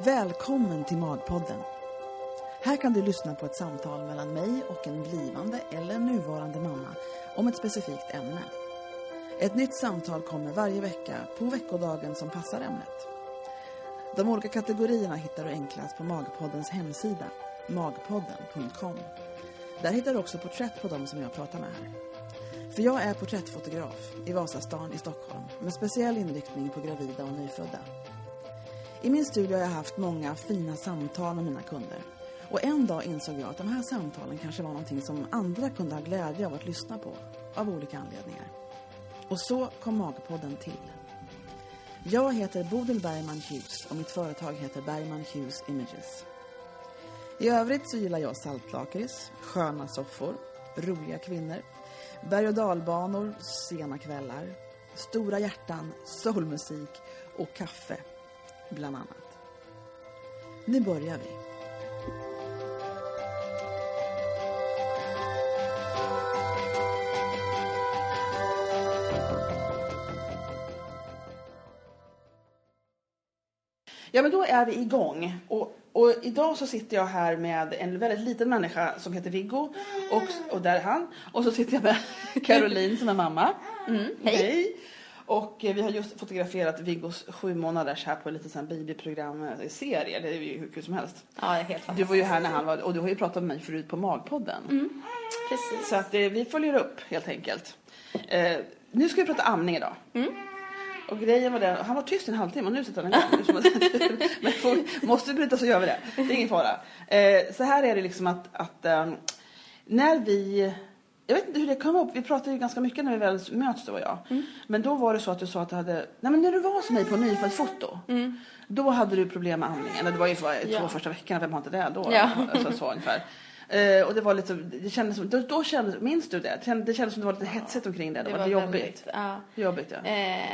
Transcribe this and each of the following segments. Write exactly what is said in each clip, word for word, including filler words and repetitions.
Välkommen till Magpodden. Här kan du lyssna på ett samtal mellan mig och en blivande eller nuvarande mamma om ett specifikt ämne. Ett nytt samtal kommer varje vecka på veckodagen som passar ämnet. De olika kategorierna hittar du enklast på Magpoddens hemsida, magpodden punkt com. Där hittar du också porträtt på dem som jag pratar med här. För jag är porträttfotograf i Vasastan i Stockholm med speciell inriktning på gravida och nyfödda. I min studio har jag haft många fina samtal med mina kunder. Och en dag insåg jag att de här samtalen kanske var någonting som andra kunde ha glädje av att lyssna på, av olika anledningar. Och så kom Magpodden till. Jag heter Bodil Bergman Hughes och mitt företag heter Bergman Hughes Images. I övrigt så gillar jag saltlakrits, sköna soffor, roliga kvinnor, berg- och dalbanor, sena kvällar, stora hjärtan, soulmusik och kaffe, bland annat. Nu börjar vi. Ja, men då är vi igång. Och, och idag så sitter jag här med en väldigt liten människa som heter Viggo. Och, och där är han. Och så sitter jag med Caroline som är mamma. Mm, hej. hej. Och vi har just fotograferat Viggos sju månaders här på en liten sån babyprogram-serie. Det är ju hur kul som helst. Ja, det är helt fantastiskt. Du var ju här när han var, och du har ju pratat med mig förut på Magpodden. Mm, precis. Så att eh, vi följer upp helt enkelt. Eh, nu ska vi prata amning idag. Mm. Och grejen var det, han var tyst en halvtimme och nu sitter han igång. Men får, måste vi bryta så gör vi det. Det är ingen fara. Eh, så här är det liksom att, att um, när vi... Jag vet inte hur det kom upp. Vi pratade ju ganska mycket när vi väl möts, du och jag. Mm. Men då var det så att du sa att du hade... Nej, men när du var hos mig på nyfödd foto. Mm. Då hade du problem med amningen. Det var ju för, ja. två första veckorna. Vem har inte det då? Ja. Alltså, så ungefär. Uh, och det var lite... Det kändes som... Då, då kändes... Minns du det? Det kändes, det kändes som det var lite hetsigt omkring det. Det, det var, var jobbigt. Väldigt, ja. Jobbigt, ja.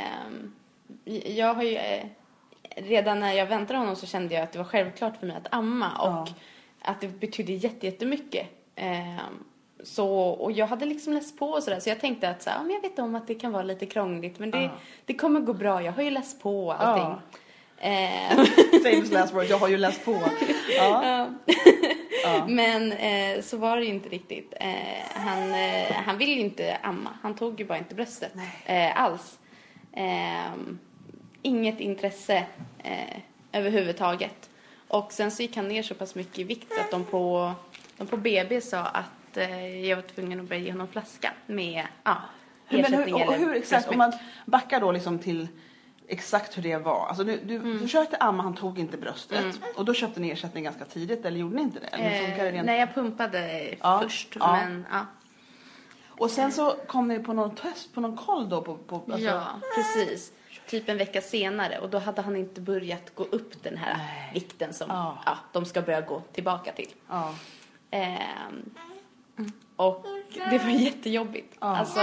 Eh, jag har ju... Eh, redan när jag väntade honom så kände jag att det var självklart för mig att amma. Och ja. att det betydde jättemycket. Eh, Så, och jag hade liksom läst på och sådär. Så jag tänkte att så här, men jag vet om att det kan vara lite krångligt. Men det, uh. det kommer gå bra. Jag har ju läst på allting. Uh. Eh. Famous last word, jag har ju läst på. Ja. uh. Men eh, så var det ju inte riktigt. Eh, han, eh, han ville ju inte amma. Han tog ju bara inte bröstet. Eh, alls. Eh, inget intresse eh, överhuvudtaget. Och sen så gick han ner så pass mycket i vikt. Så att de på, de på B B sa att jag var tvungen att börja ge honom flaska med ja, ersättning. Men hur, och hur exakt, om man backar då liksom till exakt hur det var. Alltså du, du mm. försökte amma, han tog inte bröstet. Mm. Och då köpte ni ersättning ganska tidigt, eller gjorde ni inte det? Eller funkar det rent? Nej, jag pumpade ja. först. Ja. Men, ja. Och sen så kom ni på någon test, på någon koll då? På, på, alltså... Ja, precis. Typ en vecka senare. Och då hade han inte börjat gå upp den här Nej. vikten som ja. Ja, de ska börja gå tillbaka till. Ja. Ehm, och det var jättejobbigt. Ja. Alltså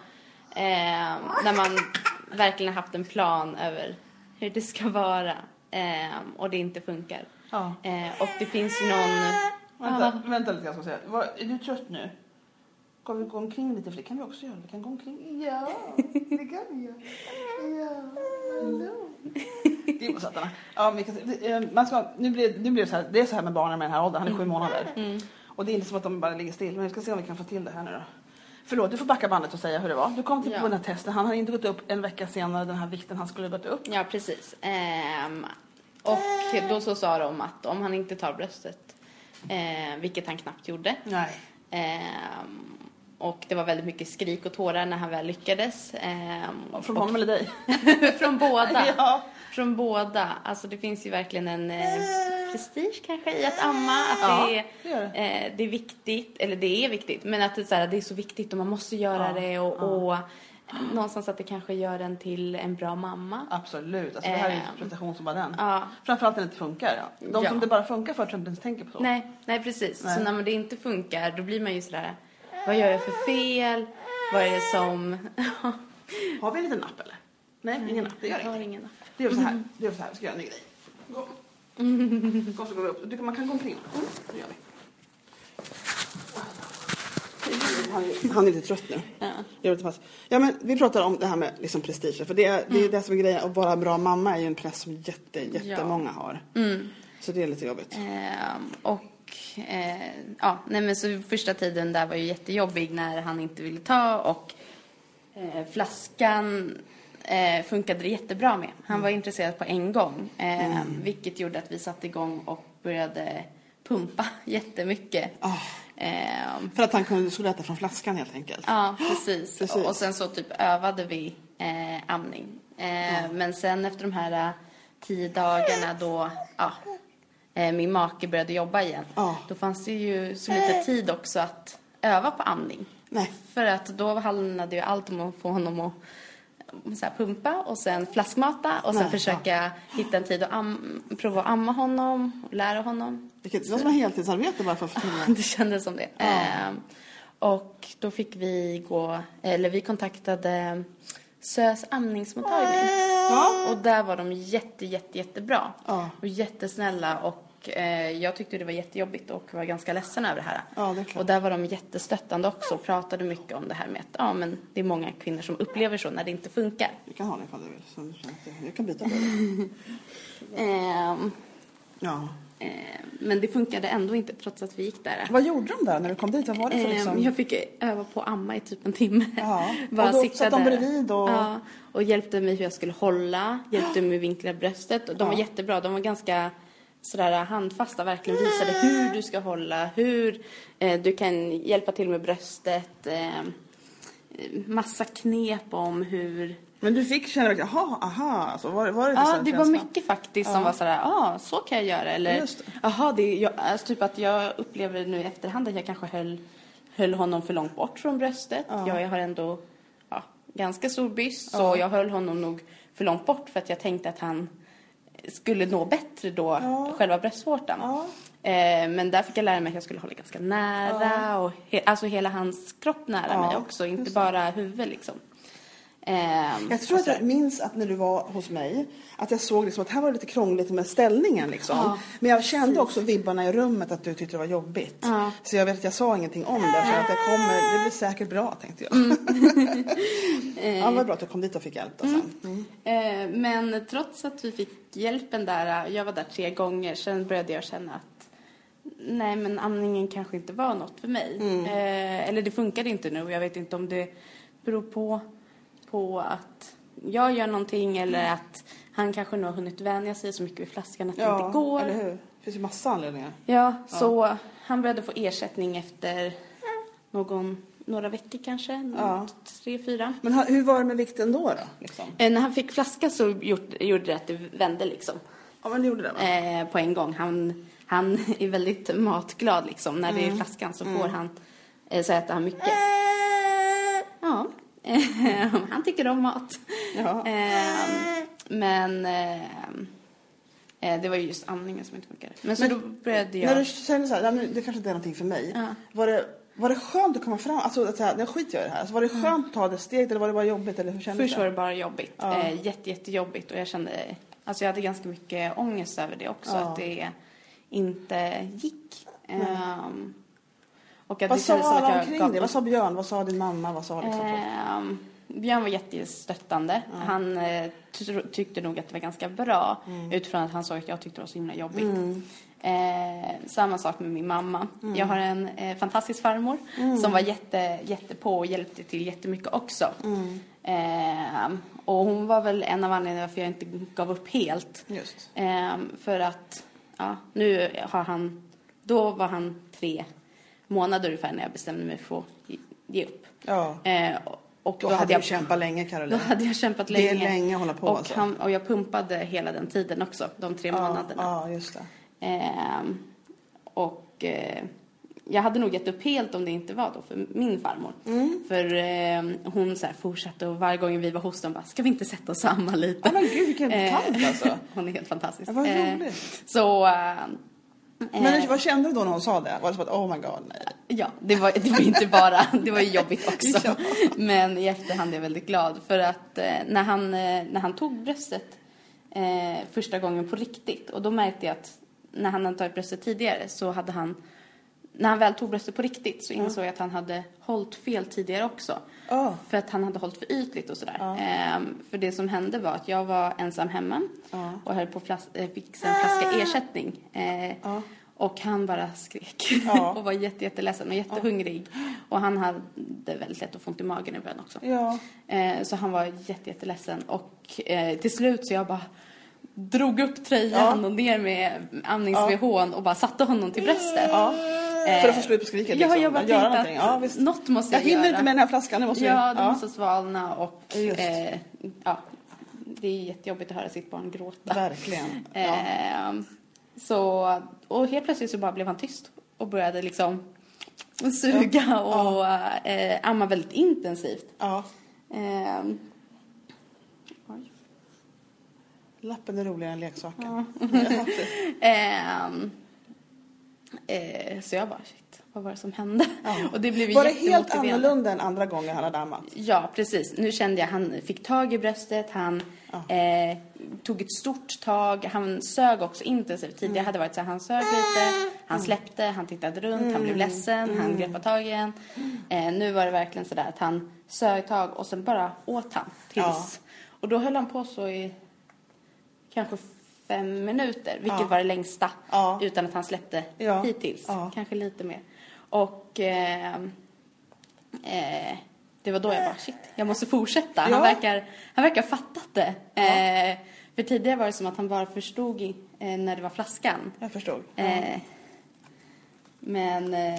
eh, när man verkligen har haft en plan över hur det ska vara eh, och det inte funkar. Ja. Eh, och det finns ju någon... Vänta, ah. vänta lite, jag ska säga. Var, är du trött nu? Kan vi gå omkring lite? För det kan vi också göra. Vi kan gå omkring. Ja, det kan vi göra. Ja, hallå. Det är sattarna. Ja, men kan, man ska, nu blir, nu blir det så här. Det är så här med barnen med den här åldern. Han är sju månader. Mm. Och det är inte som att de bara ligger still. Men vi ska se om vi kan få till det här nu då. Förlåt, du får backa bandet och säga hur det var. Du kom till ja. på den här testen. Han hade inte gått upp en vecka senare den här vikten han skulle gått upp. Ja, precis. Ehm, och då så sa de att om han inte tar bröstet, eh, vilket han knappt gjorde. Nej. Ehm, och det var väldigt mycket skrik och tårar när han väl lyckades. Ehm, Från honom eller dig? Från båda. Ja. Från båda. Alltså det finns ju verkligen en eh, prestige kanske i att amma. Att ja, det, är, det, är det. Eh, det är viktigt. Eller det är viktigt. Men att det, så här, det är så viktigt och man måste göra ja, det. Och, ja. och någonstans att det kanske gör en till en bra mamma. Absolut. Alltså det här är en prestation som bara den. Ja. Framförallt när det inte funkar. Ja. De ja. som det bara funkar för tror jag inte ens tänker på så. Nej, nej precis. Nej. Så när det inte funkar då blir man ju sådär. Vad gör jag för fel? Vad är det som... Har vi en liten napp eller? Nej, nej ingen napp. Det gör jag har ingen napp. Det gör så här. Det gör så här. Vi ska göra en ny grej. Gå. Mm. Kom så går vi upp. Man kan gå omkring. Mm. Det gör vi. han, han är lite trött nu. Ja. Ja, men vi pratar om det här med liksom prestige. För det är, det är mm. det som är grejen. Att vara bra mamma är ju en press som jätte, jättemånga ja. har. Mm. Så det är lite jobbigt. Eh, och eh, ja, nej men så första tiden där var ju jättejobbig när han inte ville ta. Och eh, flaskan eh, funkade det jättebra med. Han mm. var intresserad på en gång. Eh, mm. Vilket gjorde att vi satte igång och började pumpa jättemycket. Oh. Eh, för att han kunde skulle äta från flaskan helt enkelt. Ja, precis. precis. Och sen så typ övade vi eh, amning. Eh, mm. Men sen efter de här uh, tio dagarna då ja, eh, min make började jobba igen. Mm. Då fanns det ju så lite tid också att öva på amning. Nej. För att då handlade ju allt om att få honom att så här, pumpa och sen flaskmata och sen Nej, försöka ja. hitta en tid att am- prova att amma honom och lära honom. Vilket det var som en heltidsarbete bara för att få ja, det kändes som det. Ja. Eh, och då fick vi gå, eller vi kontaktade Sös amningsmottagning. Ja. Och där var de jätte, jätte, jättebra. Ja. Och jättesnälla och eh, jag tyckte det var jättejobbigt och var ganska ledsen över det här. Ja, det är klart. Och där var de jättestöttande också och pratade mycket om det här med att ja, men det är många kvinnor som upplever så när det inte funkar. Du kan ha det ifall du vill. Så jag kan byta på det. um, ja. Men det funkade ändå inte trots att vi gick där. Vad gjorde de där när du kom dit? Vad var det för liksom? Jag fick öva på att amma i typ en timme. Ja. Bara och då satt de bredvid och... Ja, och hjälpte mig hur jag skulle hålla. Hjälpte mig att vinkla bröstet. De var ja. jättebra. De var ganska sådär handfasta. Verkligen visade hur du ska hålla. Hur eh, du kan hjälpa till med bröstet. Eh, massa knep om hur... Men du fick känna, jaha, aha, alltså var, var det ja, det var mycket faktiskt ja. som var sådär, ja, ah, så kan jag göra. Eller, jaha, det jag, alltså, typ att jag upplever nu i efterhand att jag kanske höll, höll honom för långt bort från bröstet. Ja. Jag, jag har ändå ja, ganska stor byst, ja. så jag höll honom nog för långt bort för att jag tänkte att han skulle nå bättre då, ja. själva bröstvårtan. Ja. Eh, men där fick jag lära mig att jag skulle hålla ganska nära, ja. och he, alltså hela hans kropp nära ja. mig också, inte bara huvudet liksom. Um, jag tror att jag minns att när du var hos mig att jag såg liksom att här var det lite krångligt med ställningen liksom. Ja, men jag kände precis. också vibbarna i rummet att du tyckte det var jobbigt. Ja. Så jag vet att jag sa ingenting om det för att jag kommer, det blir säkert bra tänkte jag. Mm. Ja, det var bra att jag kom dit och fick hjälp då sen. Mm. Mm. Men trots att vi fick hjälpen där, jag var där tre gånger, sen började jag känna att nej, men amningen kanske inte var något för mig. Mm. Eller det funkade inte nu och jag vet inte om det beror på på att jag gör någonting eller att han kanske nu har hunnit vänja sig så mycket vid flaskan att ja, det inte går. Eller hur? Det finns ju massa anledningar. Ja, ja, så han började få ersättning efter någon, några veckor kanske. Ja. Tre, fyra. Men hur var det med vikten då då? Liksom? Eh, när han fick flaska så gjorde, gjorde det att det vände liksom. Ja, men det gjorde det va? Eh, på en gång. Han, han är väldigt matglad liksom. När mm. det är flaskan så får mm. han, eh, så äter han mycket. Ja. Han tycker om mat. Ja. Eh, men eh, det var ju just amningen som inte funkade. Men så men, då började jag... När du kände så här, det kanske inte är någonting för mig. Ja. Var det, var det skönt att komma fram? Alltså att säga, jag skiter jag i det här. Alltså, var det skönt mm. att ta det steget eller var det bara jobbigt? Eller hur kändes Först det? var det bara jobbigt. Ja. Eh, jätte, jättejobbigt. Och jag kände... Alltså jag hade ganska mycket ångest över det också. Ja. Att det inte gick. Um, Och att vad det sa alla att jag omkring gav... det? Vad sa Björn? Vad sa din mamma? Vad sa liksom eh, Björn var jättestöttande. Mm. Han eh, ty- tyckte nog att det var ganska bra. Mm. Utifrån att han såg att jag tyckte det var så himla jobbigt. Mm. Eh, samma sak med min mamma. Mm. Jag har en eh, fantastisk farmor. Mm. Som var jätte, jätte på och hjälpte till jättemycket också. Mm. Eh, och hon var väl en av anledningarna varför jag inte gav upp helt. Just. Eh, för att ja, nu har han... Då var han tre månader ungefär när jag bestämde mig för att ge upp. Ja. Eh, och då, då hade, hade jag kämpat länge, Caroline. Då hade jag kämpat länge. Det är länge att hålla på och, alltså. han, och jag pumpade hela den tiden också, de tre ja, månaderna. Ja, just det. Eh, och eh, jag hade nog gett upp helt om det inte var då för min farmor. Mm. För eh, hon så här fortsatte och varje gång vi var hos dem bara, ska vi inte sätta oss samma lite? Ja, men gud, vilken tant alltså. Hon är helt fantastisk. Ja, vad roligt. Eh, så... Eh, Men vad kände du då när hon sa det? Var det så att, oh my god, nej? Ja, det var, det var inte bara, det var ju jobbigt också. Ja. Men i efterhand är jag väldigt glad. För att eh, när, han, eh, när han tog bröstet eh, första gången på riktigt. Och då märkte jag att när han hade tagit bröstet tidigare så hade han när han väl tog bröstet på riktigt så insåg jag att han hade hållit fel tidigare också. Oh. För att han hade hållit för ytligt och sådär. Oh. Um, för det som hände var att jag var ensam hemma. Oh. Och höll på att flas- fixa en flaska ersättning. Uh, oh. Och han bara skrek. Oh. Och var jätte, jätteledsen och jättehungrig. Oh. Och han hade väldigt lätt att få ont i magen i början också. Ja. Uh, så han var jätte, jätteledsen. Och uh, till slut så jag bara drog upp tröjan ja. och ner med amnings-V H ja. och bara satte honom till bröstet. Ja. För att få slut på skriket liksom. Ja, jag bara göra tänkte att ja, visst. Något måste jag, jag hinner göra. inte med den här flaskan. Det måste ja, jag. det ja. måste svalna och eh, ja, det är jättejobbigt att höra sitt barn gråta. Verkligen. Ja. Eh, så, och helt plötsligt så bara blev han tyst och började liksom suga ja. och ja. Eh, amma väldigt intensivt. Ja. Eh, Lappen är roligare än leksaken. Ja. eh, eh, så jag bara, shit, vad var det som hände? Ja. Och det blev var det helt annorlunda än andra gånger han hade ammat? Ja, precis. Nu kände jag att han fick tag i bröstet. Han ja. eh, tog ett stort tag. Han sög också intensivt. Tidigare mm. hade varit så här, han sög lite. Han släppte, han tittade runt. Mm. Han blev ledsen, mm. han greppade tag igen. Eh, nu var det verkligen så där att han sög tag och sen bara åt han tills. Ja. Och då höll han på så i kanske fem minuter, vilket ja. var det längsta ja. utan att han släppte ja. hittills. Ja. Kanske lite mer. Och eh, eh, det var då jag bara, shit, jag måste fortsätta. Ja. Han verkar han verkar ha fattat det. Ja. Eh, för tidigare var det som att han bara förstod i, eh, när det var flaskan. Jag förstod. Ja. Eh, men... Eh,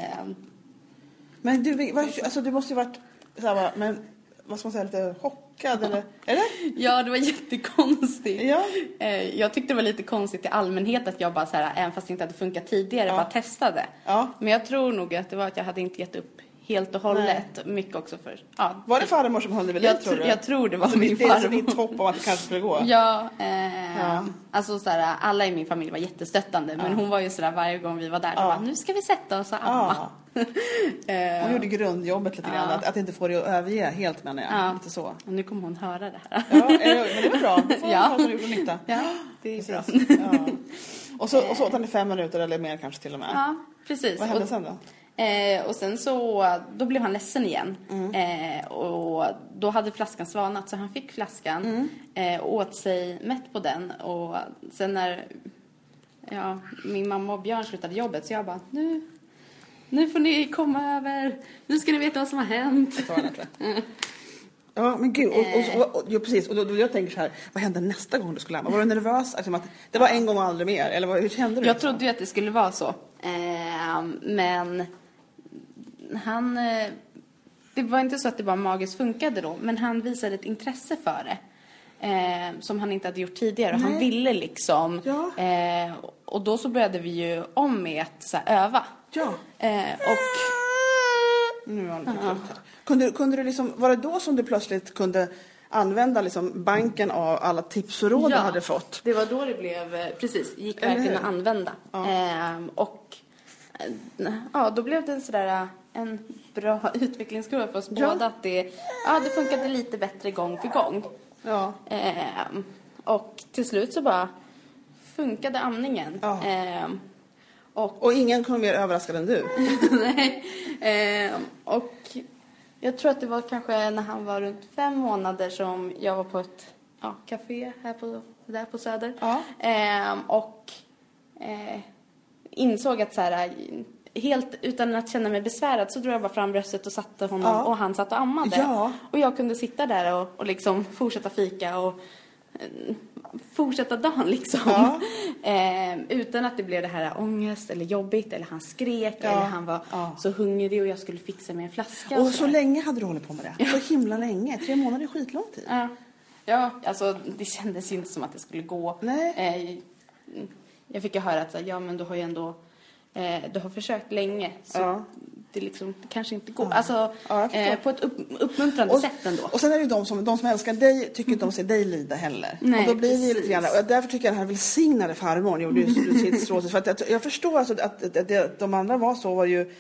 men du, alltså, du måste ju varit så här, men vad ska man säga, lite chockad ja. eller? Eller? Ja, det var jättekonstigt. Ja. Eh, jag tyckte det var lite konstigt i allmänhet att jag bara så här, även fast det inte hade funkat tidigare, ja. bara testade. Ja. Men jag tror nog att det var att jag hade inte gett upp helt och hållet. Nej. Mycket också för... Ja, var det farmor som höll det vid dig, tror du? Jag tror det var alltså, min det, farmor. Det är ditt hopp om att det kanske skulle gå. Ja, eh, ja. Alltså så här, alla i min familj var jättestöttande. Ja. Men hon var ju så där varje gång vi var där. Ja. Bara, nu ska vi sätta oss och amma. Ja. Hon gjorde grundjobbet lite grann. Ja. Att, att inte få det att överge helt, menar jag. Ja. Lite så. Och nu kommer hon höra det här. Ja, men det var bra. Då får ja. hon gjort nytta. Ja, det är precis. Bra. Ja. Och så, och så åt han i fem minuter eller mer kanske till och med. Ja, precis. Vad hände och, sen då? Eh, och sen så, då blev han ledsen igen. Mm. Eh, och då hade flaskan svanat, så han fick flaskan mm. eh, och åt sig mätt på den. Och sen när ja, min mamma och Björn slutade jobbet, så jag bara, nu, nu får ni komma över. Nu ska ni veta vad som har hänt. Jag tar den, tror jag. Ja, men gud, och, och, och, och, och precis, och då, då jag tänker så här, vad hände nästa gång du skulle amma? Var du nervös? Alltså, att det var en gång och aldrig mer, eller vad, hur kände du? Jag liksom? trodde ju att det skulle vara så. Eh, men han, det var inte så att det bara magiskt funkade då, men han visade ett intresse för det. Eh, som han inte hade gjort tidigare. Nej. Han ville liksom. Ja. Eh, och då så började vi ju om med att så här, öva. Ja. Eh, och... Nu har han ja. kunde, kunde du liksom, var det då som du plötsligt kunde använda liksom banken av alla tips och råd ja, du hade fått? Det var då det blev, precis, gick verkligen att använda. Ja. Eh, och ja, då blev det sådär en bra utvecklingskurva för oss ja. båda. Att det, ja, det funkade lite bättre gång för gång. Ja. Eh, och till slut så bara funkade amningen. Ja. Eh, och, och ingen kom mer överraskad än du. Nej. Eh, och jag tror att det var kanske när han var runt fem månader som jag var på ett ja, café här på, där på Söder. Ja. Eh, och eh, insåg att så här, helt utan att känna mig besvärad så drog jag bara fram bröstet och satte honom ja. och han satt och ammade. Ja. Och jag kunde sitta där och, och liksom fortsätta fika och eh, fortsätta dagen liksom. Ja. eh, utan att det blev det här ångest eller jobbigt eller han skrek ja. eller han var ja. så hungrig och jag skulle fixa med en flaska. Och, och så, så länge hade du hållit på med det? Ja. Så himla länge. Tre månader är skitlång tid. Ja. Ja, alltså det kändes ju inte som att det skulle gå. Nej. Eh, jag fick ju höra att ja, men du har ju ändå eh, du har försökt länge så ja. det liksom det kanske inte går. Ja. Alltså ja, eh, på ett upp, uppmuntrande och, sätt ändå. Och sen är det ju de som de som älskar dig tycker mm. inte de ser dig lida heller. Nej, och då blir det lite grann, och därför tycker jag att den här välsignade farmor gjorde ju sitt stråt för att jag, jag förstår alltså att, att, att, att de andra var så var ju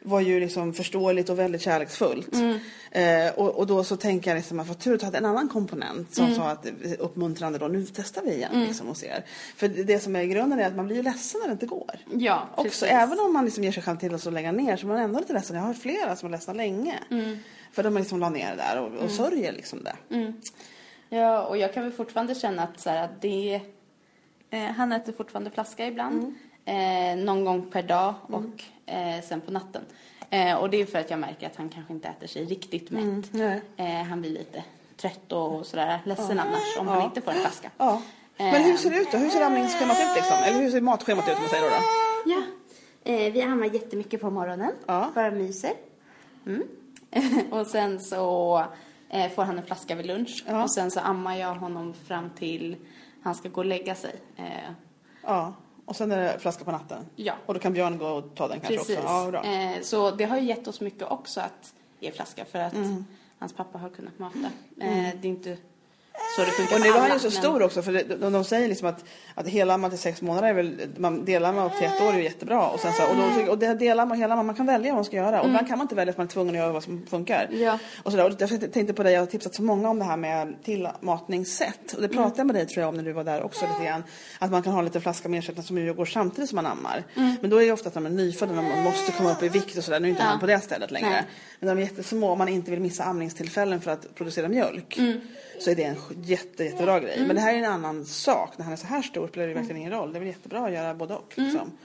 var ju liksom förståeligt och väldigt kärleksfullt. Mm. Eh, och, och då så tänker jag liksom att vad tur att ha en annan komponent som mm. sa att uppmuntrande då, nu testar vi igen mm. liksom och ser. För det som är i grunden är att man blir ju ledsen när det inte går. Ja, också, precis. även om man liksom ger sig själv till att lägga ner så är man ändå lite ledsen. Jag har flera som är ledsna länge. Mm. För de liksom la ner det där och, och mm. sörjer liksom det. Mm. Ja, och jag kan väl fortfarande känna att, så här, att det eh, han äter fortfarande flaska ibland. Mm. Eh, någon gång per dag och mm. eh, sen på natten. Eh, och det är för att jag märker att han kanske inte äter sig riktigt mätt. Mm. Eh, han blir lite trött och sådär ledsen ja. annars om ja. han inte får en flaska. Ja. Eh, Men hur ser det ut då? Hur ser amningsschemat ut liksom? Eller hur ser matschemat ut om man säger då? då? Ja, eh, vi ammar jättemycket på morgonen. Ja. Bara myser. Mm. Och sen så eh, får han en flaska vid lunch. Ja. Och sen så ammar jag honom fram till han ska gå och lägga sig. Eh, ja. Och sen är det flaska på natten. Ja. Och då kan Björn gå och ta den kanske Precis. också. Ja, bra. Eh, så det har ju gett oss mycket också att ge flaska. För att mm. hans pappa har kunnat mata. Eh, mm. Det är inte så det funkar. Och nu var han ju så men... stor också. För det, de, de säger liksom att, att hela man till sex månader är väl, man delar man upp till ett år är ju jättebra. Och, sen så, och, då, och det delar man hela man kan välja vad man ska göra. Och ibland mm. kan man inte välja att man är tvungen att göra vad som funkar. Ja. Och så där, och jag tänkte på det, jag har tipsat så många om det här med tillmatningssätt. Och det pratade jag mm. med dig tror jag om när du var där också lite grann. Att man kan ha lite flaska med ersättning som ju går samtidigt som man ammar. Mm. Men då är det ju ofta att de är nyfödda när man måste komma upp i vikt och sådär. Nu är inte ja. han på det stället längre. Nej. Men de är jättesmå om man inte vill missa amningstillfällen för att producera mjölk. Mm. Så är det en jätte, jättebra grej. Mm. Men det här är en annan sak. När han är så här stor spelar det verkligen ingen roll. Det är väl jättebra att göra både och. Liksom. Mm.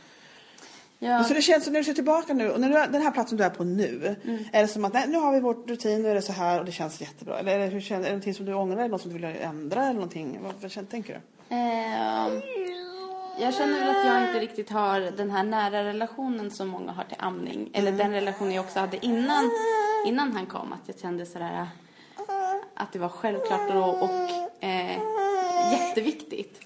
Ja. Så det känns som när du ser tillbaka nu. Och när du, den här platsen du är på nu. Mm. Är det som att nej, nu har vi vår rutin. Nu är det så här och det känns jättebra. Eller är det, hur känns, är det någonting som du ångrar? Eller något som du vill ändra? Eller någonting? Vad, vad känner, tänker du? Um, jag känner väl att jag inte riktigt har den här nära relationen som många har till amning. Mm. Eller den relationen jag också hade innan, innan han kom. Att jag kände sådär att det var självklart och, och eh, jätteviktigt.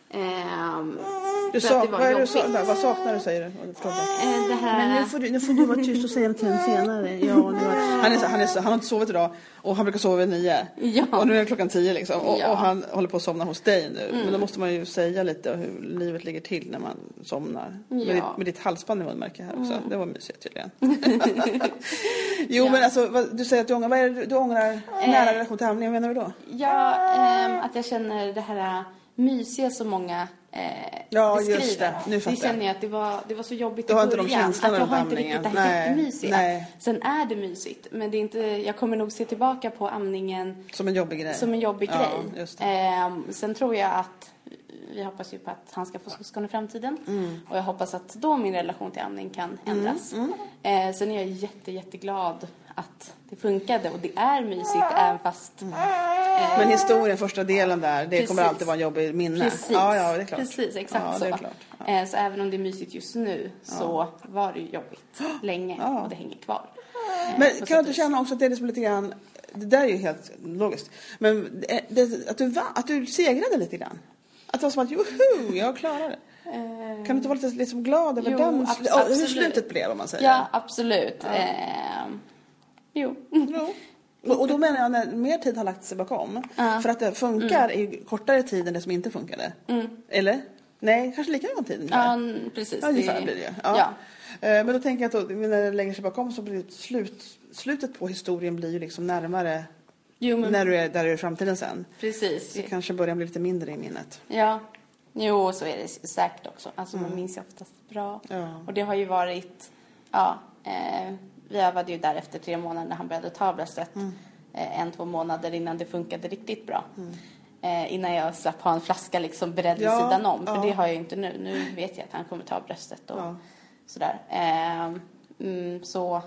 Eh, du sak, vad, är du sa, vad saknar du, säger du? Eh, det här... Men nu får, du, nu får du vara tyst och säga det till en senare. Ja, nu var... han, är, han, är, han har inte sovit idag och han brukar sova vid nio. Ja. Och nu är det klockan tio liksom. Och, ja. och han håller på att somna hos dig nu. Mm. Men då måste man ju säga lite hur livet ligger till när man somnar. Ja. Med, ditt, med ditt halsband i munmärke här också. Mm. Det var mysigt tydligen. jo, ja. men alltså, vad, du säger att du ångrar. Vad är det du ångrar eh, nära relation till amning? Vad menar du då? Ja, eh, att jag känner det här mysiga som många eh, ja, beskriver. Just det. Nu det känner jag att det var, det var så jobbigt i början. Att jag har inte riktigt det här Nej. jättemysiga. Nej. Sen är det mysigt. Men det är inte, jag kommer nog se tillbaka på amningen som en jobbig grej. Som en jobbig ja, grej. Just det. Eh, sen tror jag att vi hoppas ju på att han ska få syskon i framtiden. Mm. Och jag hoppas att då min relation till amning kan ändras. Mm. Mm. Eh, sen är jag jätte, jätteglad att det funkade. Och det är mysigt även fast... Mm. Eh, Men historien, första delen där, det precis. kommer alltid vara en jobbig minne. Precis, ja, ja, det är klart. precis exakt ja, så. Det är klart. Ja. Eh, så även om det är mysigt just nu ja. så var det ju jobbigt länge ja. och det hänger kvar. Eh, Men kan du inte känna också att det är liksom lite grann... Det där är ju helt logiskt. Men det, att, du va, att du segrade lite grann. Att det var som att, joho, jag klarade det. Eh, kan du inte vara lite liksom glad över jo, den? Ab- hur slutet blev, om man säger. Ja, absolut. Ja. Eh, jo. jo. Och, och då menar jag när mer tid har lagt sig bakom. Uh. För att det funkar mm. i kortare tid än det som inte funkade. Mm. Eller? Nej, kanske lika lång tid. Ja, precis. Ja, ungefär det blir det. Ja. Ja. Men då tänker jag att då, när det lägger sig bakom så blir det slut, slutet på historien blir ju liksom närmare jo, men... när du är där i framtiden sen. Precis. Så kanske börjar bli lite mindre i minnet. Ja, jo så är det säkert också. Alltså mm. man minns ju oftast bra. Ja. Och det har ju varit, ja, eh, vi övade ju där efter tre månader när han började ta bröstet. Mm. Eh, en, två månader innan det funkade riktigt bra. Mm. Eh, innan jag satt på en flaska liksom beredd vid ja, sidan om. För ja. det har jag ju inte nu. Nu vet jag att han kommer ta bröstet och ja. sådär. Eh, mm, så...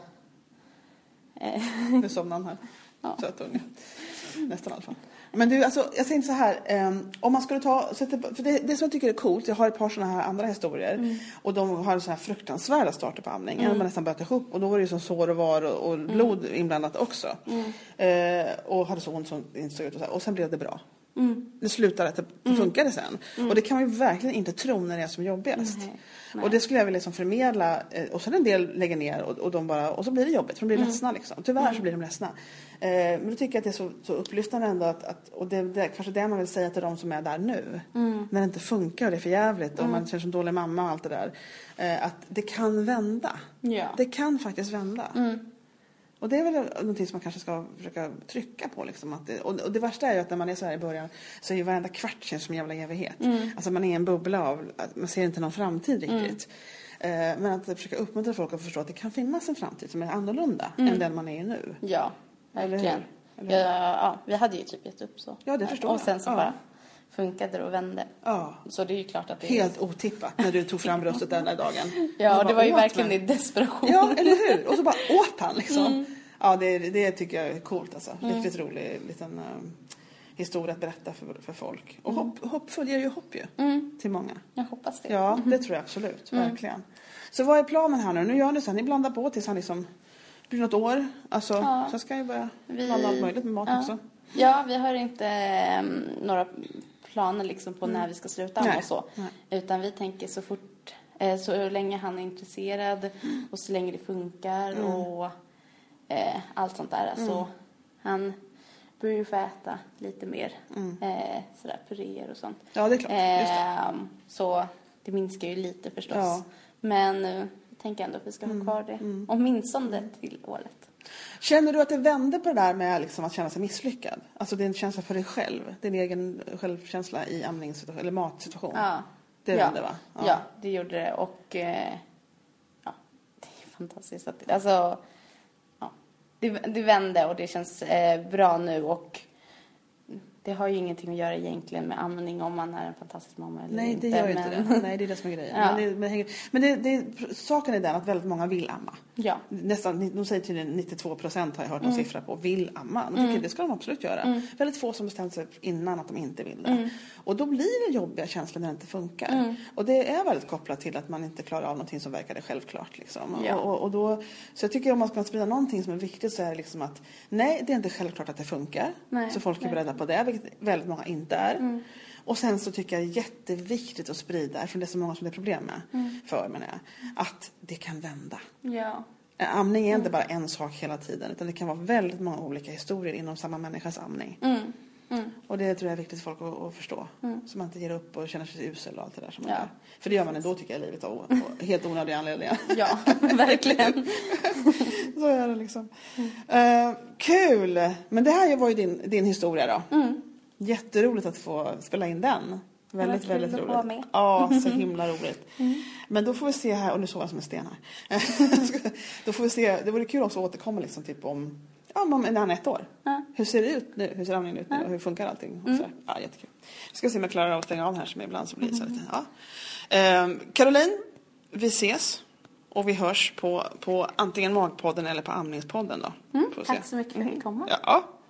Eh. Nu somnar han här. Ja. Söt unge. Nästan i alla fall. Men du, alltså, jag tänkte så här. Um, om man skulle ta... För det, det som jag tycker är coolt, jag har ett par sådana här andra historier. Mm. Och de har så här fruktansvärda starter på amning. Mm. Man nästan börjat ihop. Och då var det ju som sår och var och, och blod mm. inblandat också. Mm. Uh, och hade så ont som insåg ut och så här. Och sen blev det bra. Mm. Det slutar att det mm. funkade sen. Mm. Och det kan man ju verkligen inte tro när det är som jobbigast. Nej. Nej. Och det skulle jag vilja liksom förmedla. Och sen en del lägger ner och, och, de bara, och så blir det jobbigt. För de blir mm. ledsna liksom. Tyvärr mm. så blir de ledsna. Eh, men då tycker jag att det är så, så upplyftande ändå. Att, att, och det är kanske det man vill säga till de som är där nu. Mm. När det inte funkar och det är för jävligt. Mm. Och man känner som dålig mamma och allt det där. Eh, att det kan vända. Ja. Det kan faktiskt vända. Mm. Och det är väl någonting som man kanske ska försöka trycka på. Liksom, att det, och, och det värsta är ju att när man är så här i början så är ju varenda kvart känns som en jävla evighet. Mm. Alltså man är en bubbla av, man ser inte någon framtid riktigt. Mm. Eh, men att försöka uppmuntra folk att förstå att det kan finnas en framtid som är annorlunda mm. än den man är i nu. Ja, verkligen. Eller hur? Ja, ja, vi hade ju typ gett upp så. Ja, det förstår jag. Och sen så ja. bara funkade det och vände. Ja. Så det är ju klart att det helt är... otippat när du tog fram bröstet den där dagen. Ja, och det var ju verkligen i desperation. Ja, eller hur? Och så bara åt han liksom. Mm. Ja, det, det tycker jag är coolt alltså. Mm. Riktigt rolig liten uh, historia att berätta för, för folk. Och mm. hopp, hopp följer ju hopp ju mm. till många. Jag hoppas det. Ja, det tror jag absolut. Mm. Verkligen. Så vad är planen här nu? Nu gör ni så här, ni blandar på tills han liksom blir något år. Alltså, ja. Så ska jag börja vi... blanda allt möjligt med mat ja. också. Ja, vi har inte um, några planer liksom på mm. när vi ska sluta Nej. och så. Nej. Utan vi tänker så fort, eh, så länge han är intresserad mm. och så länge det funkar mm. och Eh, allt sånt där. Alltså, mm. han börjar ju få äta lite mer mm. eh, sådär puréer och sånt. Ja, det är klart. Eh, Just det. Så det minskar ju lite förstås. Ja. Men eh, jag tänker ändå att vi ska mm. ha kvar det. Mm. Åtminstone till året. Känner du att det vände på det där med liksom att känna sig misslyckad? Alltså det är en känsla för dig själv. Din egen självkänsla i amningssituation eller matsituation. Ja. Det ja. vände va? Ja. ja, det gjorde det. Och eh, ja, det är fantastiskt. Att, alltså... Det, det vände och det känns eh, bra nu och det har ju ingenting att göra egentligen med amning om man är en fantastisk mamma eller Nej, inte. Nej, det gör men... inte det. Nej, det är det som är grejen. Ja. Men, det, men, det, men det, det, saken är den att väldigt många vill amma. Ja. Nästan, de säger tydligen nittiotvå procent har jag hört någon mm. siffra på, vill amma. De tycker mm. det ska de absolut göra. Mm. Väldigt få som bestämt sig innan att de inte vill det. Mm. Och då blir det jobbiga känslor när det inte funkar. Mm. Och det är väldigt kopplat till att man inte klarar av någonting som verkar självklart. Liksom. Ja. Och, och, och då, så jag tycker om man ska sprida någonting som är viktigt så är det liksom att nej, det är inte självklart att det funkar. Nej. Så folk är beredda på det, vilket väldigt många inte är. Mm. Och sen så tycker jag det är jätteviktigt att sprida, eftersom det är så många som det är problem med, mm. för menar jag, att det kan vända. Ja. Amning är mm. inte bara en sak hela tiden, utan det kan vara väldigt många olika historier inom samma människas amning. Mm. Mm. Och det tror jag är viktigt för folk att, att förstå. Mm. Så man inte ger upp och känner sig usel och allt det där som man ja. gör. För det gör man ändå tycker jag i livet av helt onödiga anledningar. Ja, verkligen. Så är det liksom. Mm. Uh, kul! Men det här var ju din, din historia då. Mm. Jätteroligt att få spela in den. Väldigt, väldigt roligt. Vara med. Ja, så himla roligt. Mm. Men då får vi se här, och nu såg jag som en sten här. Då får vi se, det vore kul också att återkomma liksom typ om, ja, om när han är ett år. Ja. Hur ser det ut nu? Hur ser amningen ut nu? Ja. Och hur funkar allting? Och så. Ja, jättekul. Vi ska se om jag klarar av att stänga av här som ibland så blir det så lite. Ja. Ehm, Caroline, vi ses. Och vi hörs på, på antingen Magpodden eller på Amningspodden då. Mm, tack så mycket för att ni kom. Ja.